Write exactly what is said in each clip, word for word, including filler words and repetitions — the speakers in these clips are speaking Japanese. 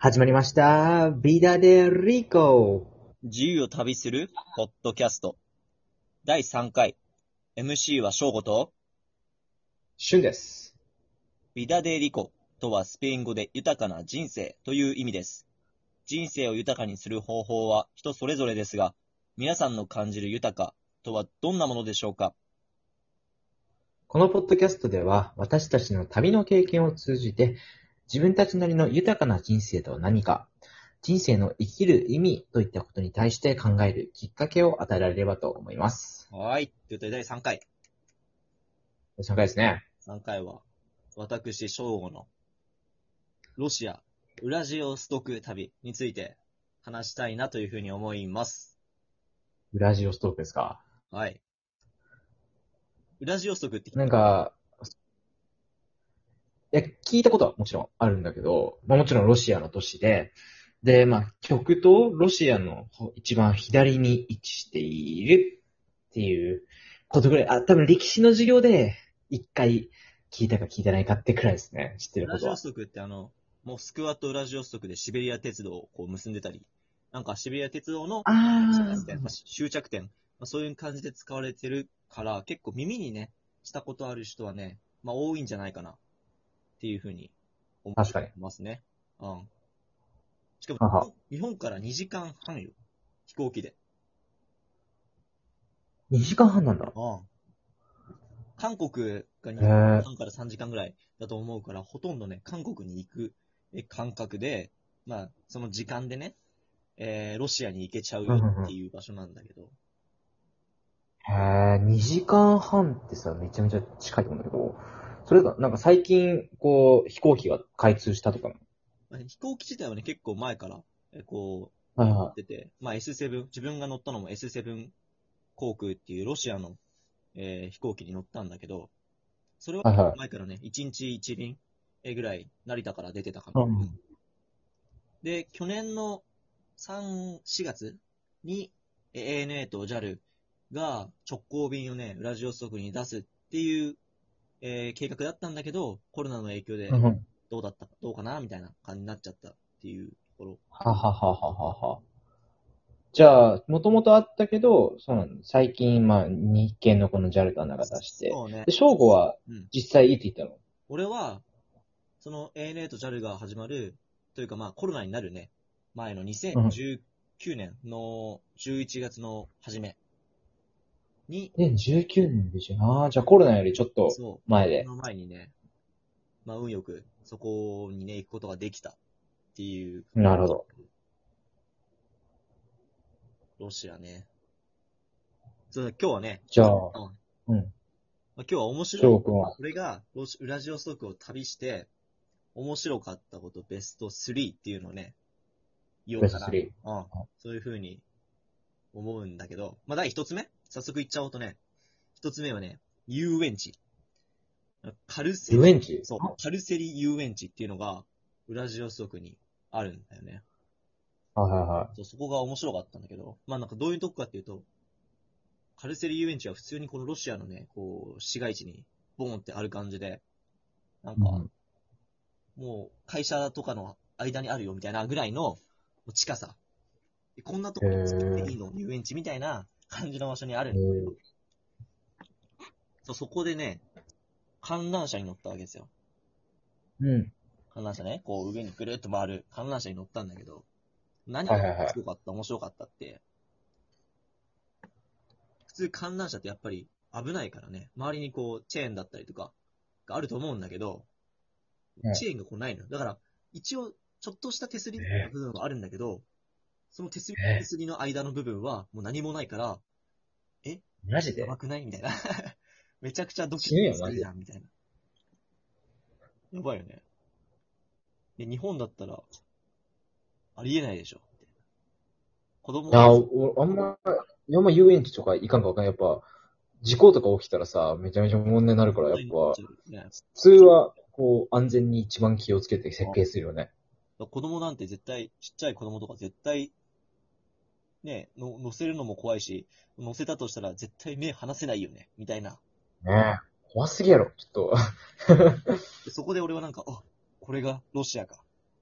始まりました。ビダデリコ。 自由を旅するポッドキャストだいさんかい エムシー は翔吾とシュンです。 ビダデリコとはスペイン語で豊かな人生という意味です。人生を豊かにする方法は人それぞれですが、皆さんの感じる豊かとはどんなものでしょうか？ このポッドキャストでは私たちの旅の経験を通じて自分たちなりの豊かな人生とは何か、人生の生きる意味といったことに対して考えるきっかけを与えられればと思います。 はーい。ということでだいさんかい。 さんかいですね。 さんかいは私翔吾のロシアウラジオストク旅について話したいなというふうに思います。 ウラジオストークですか。 はい。ウラジオストクって聞いた？ なんか、いや、聞いたことはもちろんあるんだけど、まあ、もちろんロシアの都市で、で、まあ、極東ロシアの一番左に位置しているっていうことぐらい、あ、多分歴史の授業で一回聞いたか聞いてないかってくらいですね。知ってウることは。 ラジオストクってあの、モスクワとウラジオストクでシベリア鉄道をこう結んでたり、なんかシベリア鉄道の始あ発点、まあ、終着点、まあ、そういう感じで使われてるから、結構耳にね、したことある人はね、まあ多いんじゃないかなっていうふうに思あ、 い確かに。 ますね。うん。しかも、 はは。 日本からにじかんはんよ。飛行機で。 にじかんはんなんだ。 うん。韓国がへにじえ。 かんからさんじかんぐらいだと思うから、ほとんどね、韓国に行くえ感覚で、まあ、その時間でね、えー、ロシアに行けちゃうよってうんうんうん。 いう場所なんだけど、 へえ、にじかんはんってさ、めちゃめちゃ近いと思うんだけど、それが、なんか最近、こう、飛行機が開通したとかなまあ、飛行機自体はね、結構前から、えこう、 の？はいは出て、まあ エスセブン、自分が乗ったのも エスセブン 航空っていうロシアの、えー飛行機に乗ったんだけど、それはい。はいはい。 前からね、いちにちいち便えーぐらい成田から出てたかな。 うん。 で、去年のさん、しがつに エーエヌエー と ジャル が直行便をね、ウラジオストクに出すっていう、えー計画だったんだけど、コロナの影響でうんうん。 どうだったか、どうかなみたいな感じになっちゃったっていうところ。 はははははは。じゃあ、もともとあったけど、そうなんだ。最近、まあ、日系のこのジャルタナが出して。 そうね。 で、正午はうん。 実際いつ行ったの？ 俺は、その エーエヌエー と ジャル が始まる、というかまあコロナになるね、前のうん。 にせんじゅうきゅうねんのじゅういちがつの初めに、 にせんじゅうきゅうねんでしょ。ああ、じゃあコロナよりちょっとそう、 前で。 その前にね、まあ運よくそこにね、行くことができたっていう、 なるほど。 ロシアね。そうだ、今日はね、 じゃあ、 うん、まあ、 うん。 今日は面白い。 翔くんは。 俺がロシウラジオストクを旅して、面白かったことベストスリーっていうのをね、言おうベストかな。 スリー。 うん。そういうふうに思うんだけど、まあ、第一つ目早速言っちゃおうとね、一つ目はね、遊園地。カルセリ、 遊園地。 そう、カルセリ遊園地っていうのが、ウラジオストクにあるんだよね。 はいはいはそう、そこが面白かったんだけど、まあなんかどういうとこかっていうと、カルセリ遊園地は普通にこのロシアのね、こう、市街地にボーンってある感じで、なんい。うか、 ん。 もう会社とかの間にあるよみたいなぐらいの近さ。こんなとへこに作ってえ。 いいの遊園地みたいな感じの場所にあるんだけど、 へえ。 そう、そこでね、観覧車に乗ったわけですよ。 うん。 観覧車ね、こう上にぐるっと回る観覧車に乗ったんだけど、何がはいはいはい。 すごかった、面白かったって、普通観覧車ってやっぱり危ないからね、周りにこうチェーンだったりとかがあると思うんだけど、チェーンがこうないの。だから、一応、ちょっとした手すりの部分はあるんだけど、その手すり、手え、 すりの間の部分はもう何もないから、え、 マジでやばくないみたいな。めちゃくちゃドキド死ぬよ、 キするじゃん、 マジで。 みたいな。やばいよね。で、日本だったら、ありえないでしょ。子供、 あ、お、あんま、あんま遊園地とか行かんかわかんない。やっぱ、事故とか起きたらさ、めちゃめちゃ問題になるから、やっになっぱ、 ちゃうね。 普通は、こう、安全に一番気をつけて設計するよね。 子供なんて絶対、ちっちゃい子供とか絶対、ね、の乗せるのも怖いし、乗せたとしたら絶対目離せないよね、みたいな。 ねえ。怖すぎやろ、ちょっと。 でそこで俺はなんか、あ、これがロシアか。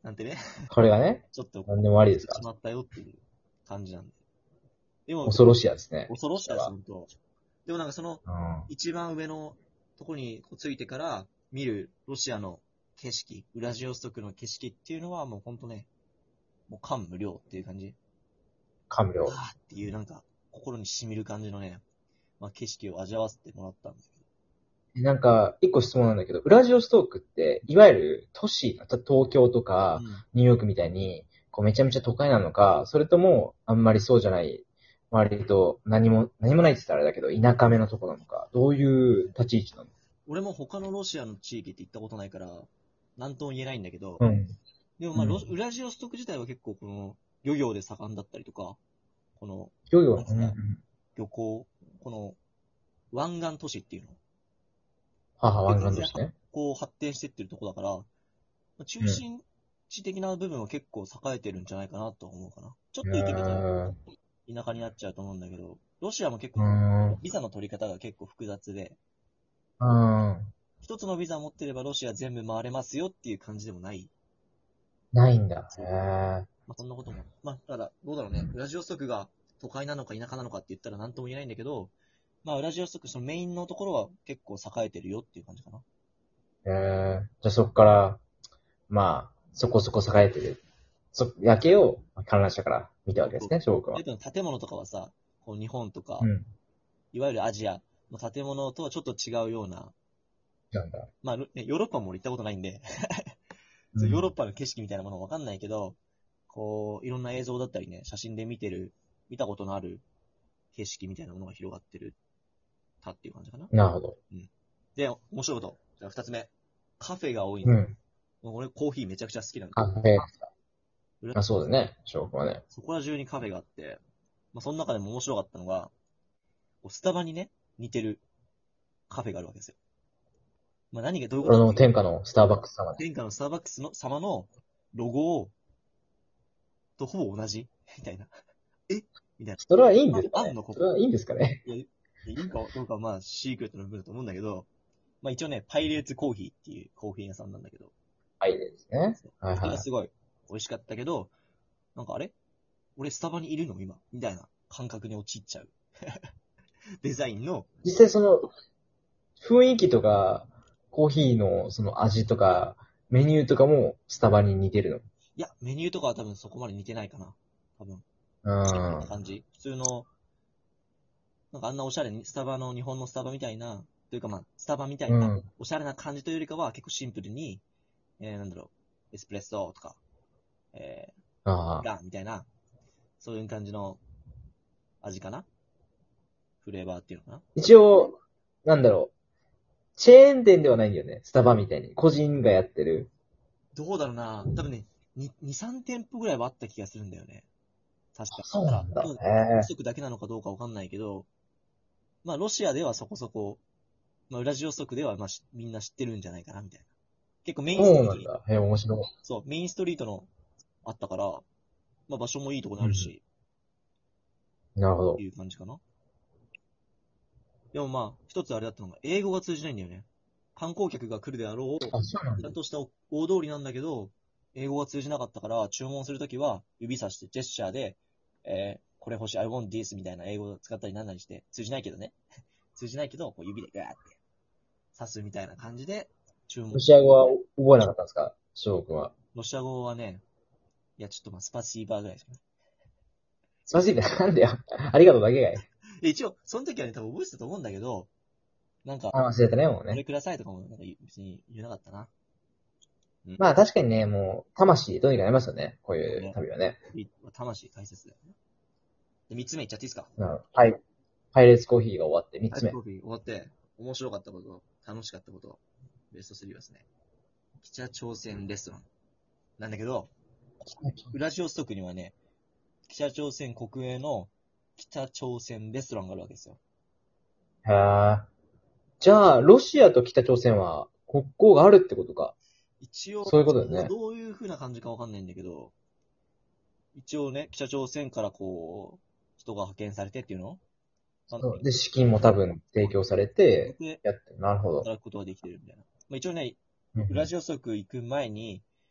なんてね、 これがね、 ちょっと、 何でもありですか。 しまったよっていう感じなんで。でも、 恐ろしいやつね。 恐ろしいです、本当。でもなんかその、 うん。 一番上のとこにこうついてから見るロシアの景色、ウラジオストクの景色っていうのはもう本当ね、もう感無量っていう感じ。 感無量。 あーっていうなんか心に染みる感じのね、まあ、景色を味わわせてもらったんですなんか、一個質問なんだけど、ウラジオストークって、いわゆる都市、あと東京とかけど。うん。 ニューヨークみたいに、こうめちゃめちゃ都会なのか、それとも、あんまりそうじゃない、割と何も、何もないって言ったらあれだけど、田舎めのとこなのか、どういう立ち位置なの？ 俺も他のロシアの地域って行ったことないから、なんとも言えないんだけど、 うん。 でもまあ、ロうん。 ウラジオストク自体は結構この漁業で盛んだったりとか、この、 漁業。 なんつうんだ、 うんうん。 漁港、この湾岸都市っていうの母、湾全然岸としてね。 こう発展してってるとこだから、まあ中うん。 心地的な部分は結構栄えてるんじゃないかなと思うかな。ちょっうと行ってみたらーん。 田舎になっちゃうと思うんだけど、ロシアも結構うーこん。うう、ビザの取り方が結構複雑で、 ーん。 一つのビザ持ってればロシア全部回れますよっていう感じでもない。 ないんだ。へそう。 え。 まあそんなことも。まあただ、どうだろうね。ウラジオストクが都会なのか田舎なのかって言ったら何とも言えないんだけど、まあウラジオストクそのメインのところは結構栄えてるよっていう感じかな。 へえ。じゃあそこから、まあ、そこそこ栄えてる。そ、夜景を観覧車から見たわけですね、翔くんは。 で、建物とかはさ、こう日本とか、 うん。 いわゆるアジアの建物とはちょっと違うような、 なんだ。 まあ、ね、ヨーロッパも俺行ったことないんで、そうヨーロッうん。 パの景色みたいなものわかんないけど、こう、いろんな映像だったりね、写真で見てる、見たことのある景色みたいなものが広がってる、たっていう感じかな。 なるほど。 うん。で、面白いこと。じゃあ二つ目。カフェが多いの。 うん。 俺コーヒーめちゃくちゃ好きなんで。 カフェ。 裏あ、そうだね、翔くんはね。 そこら中にカフェがあって、まあ、その中でも面白かったのが、こうスタバにね、似てるカフェがあるわけですよ。まあ、何がどういうこあの、 とかっていうと、 天下のスターバックス様で。 天下のスターバックスの様のロゴを、とほぼ同じみたいな。えみたいな。 それはいいんですかね？ あんのここ。 それはいいんですかね？ いや、いいかどうかはまあシークレットの部分だと思うんだけど、まあ一応ね、パイレーツコーヒーっていうコーヒー屋さんなんだけど、 はいですね。はいはい。 それがすごい美味しかったけど、なんかあれ俺スタバにいるの今みたいな感覚に陥っちゃう。デザインの、 実際その、雰囲気とか、コーヒーのその味とか、メニューとかもスタバに似てるいや、メニューとかは多分そこまで似てないかな。多分。 の。 な感じ。普通の、なんかあんなおしゃれに、スタバの、日本のスタバみたいな、というかまあ、スタバみたいうん。 な、 うん。 おしゃれな感じというよりかは結構シンプルに、えー、なんだろう、エスプレッソとか、えー、 ああ。 ランみたいな、そういう感じの味かなフレーバーっていうのかな。 一応、なんだろう。チェーン店ではないんだよね。スタバみたいに。個人がやってる。 どうだろうな多分ね、に、に、さん店舗ぐらいはあった気がするんだよね。確か。ただ、 そうなんだ。 多分、 へえ。 一足だけなのかどうかわかんないけど、まあ、ロシアではそこそこ、まあ、ウラジオストクでは、まあ、みんな知ってるんじゃないかな、みたいな。結構メインストリートに、 そうなんだ。へえ、面白い。 そう、メインストリートのあったから、まあ、場所もいいとこにうん。 あるし、 なるほど。 っていう感じかな。でもまあ、一つあれだったのが、英語が通じないんだよね。観光客が来るであろう、 あ、そうなんだ。 ちゃんとした大通りなんだけど、英語が通じなかったから、注文するときは、指さして、ジェスチャーで、えー、これ欲しい、I want this みたいな英語を使ったりなんなりして、通じないけどね。通じないけど、こう指でガーって刺すみたいな感じで、注文。 ロシア語は覚えなかったんですか？翔くんは。 ロシア語はね、いや、ちょっとまあ、スパシーバーぐらいですかね。 スパシーだ。なんだよ。ありがとうだけがいい。 で一応、その時はね、多分覚えてたと思うんだけど、なんか、 あ、忘れたね、もうこれね。 くださいとかも、なんか別に言えなかったな。うん。 まあ確かにね、もう、魂、どうにかなりますよね。こういうね。 旅はね。 魂大切だよね。で、三つ目いっちゃっていいですか？ うん。はい。パイレーツコーヒーが終わって、三つ目。 アイスコーヒー終わって、面白かったこと、楽しかったこと、ベストスリーはですね、北朝鮮レストランなんだけど、ウラジオストクにはね、北朝鮮国営の北朝鮮レストランがあるわけですよ。 へえ。じゃあ、ロシアと北朝鮮は国交があるってことか。 一応、 そういうことだよね。 どういう風な感じかわかんないんだけど、一応ね、北朝鮮からこう、人が派遣されてっていうのわかんないそうで、資金も多分提供されて、 で、 やってる。なるほど。 働くことができてるみたいな。まあ、一応ね、 うんうんウラジオストク行く前に、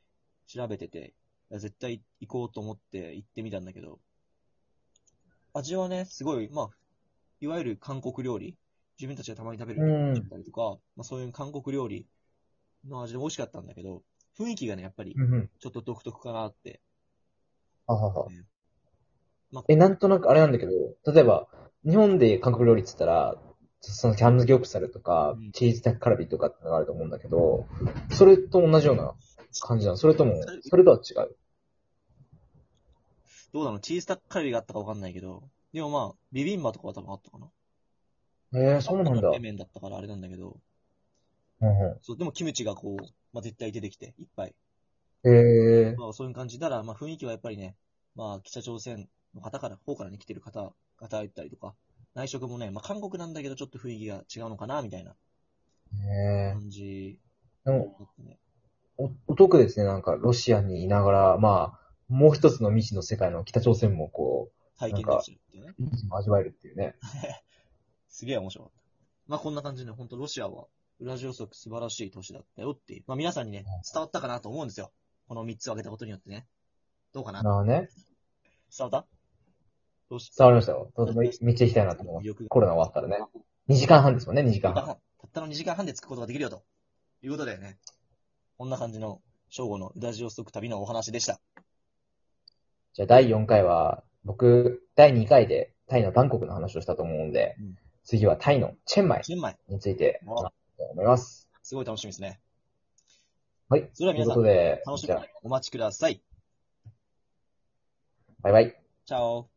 調べてて、いや絶対行こうと思って行ってみたんだけど、味はね、すごい、まあ、いわゆる韓国料理、自分たちがたまに食べるうんだったりとか、まあそういう韓国料理の味で美味しかったんだけど、雰囲気がね、やっぱりうんうん。 ちょっと独特かなって。 ははは。 ねまあ、 え、なんとなくあれなんだけど、例えば、日本で韓国料理って言ったら、そのキャンズギョプサルとかう、んチーズタッカルビとかってのがあると思うんだけど、それと同じような感じなの？それとも、それとは違う？ どうなのチーズタッカルビがあったかわかんないけど、でもまあ、ビビンバとかは多分あったかな。 えー、そうなんだ。 冷麺だったからあれなんだけど、 うんそう、でもキムチがこう、まあ絶対出てきて、いっぱい。 うん。えー、 まあそういう感じなら、まあ雰囲気はやっぱりね、まあ北朝鮮の方から、方からね来てる方、方だったりとか、内食もね、まあ韓国なんだけどちょっと雰囲気が違うのかな、みたいなえ感じー、でも、 だったね。 お、お得ですね。なんか、ロシアにいながら、まあ、もう一つの未知の世界の北朝鮮もこう、なんか、 体験できちゃうっていうね。 未知も味わえるっていうね。 すげえ面白かった。まあこんな感じで、本当ロシアは、ウラジオストク素晴らしい都市だったよっていう。まあ皆さんにね、伝わったかなと思うんですよ。このみっつを挙げたことによってね。どうかななあね。 伝わったどうし、 伝わりましたよ。とてもめっちゃ行きたいなと思います。 魅力が。 コロナ終わったらね。にじかんはんですもんね、にじかんはん。 たったのにじかんはんで着くことができるよということだよね。こんな感じの、正午のウラジオストク旅のお話でした。 じゃあだいよんかいは、僕、だいにかいでタイのバンコクの話をしたと思うので、 うん。 次はタイのチェンマイチェンマイ。 について話あしたいと思います。 すごい楽しみですね。 はい。というそれでは皆さん、 ことで、 楽しみにじゃあ、 お待ちください。 バイバイ。 チャオ。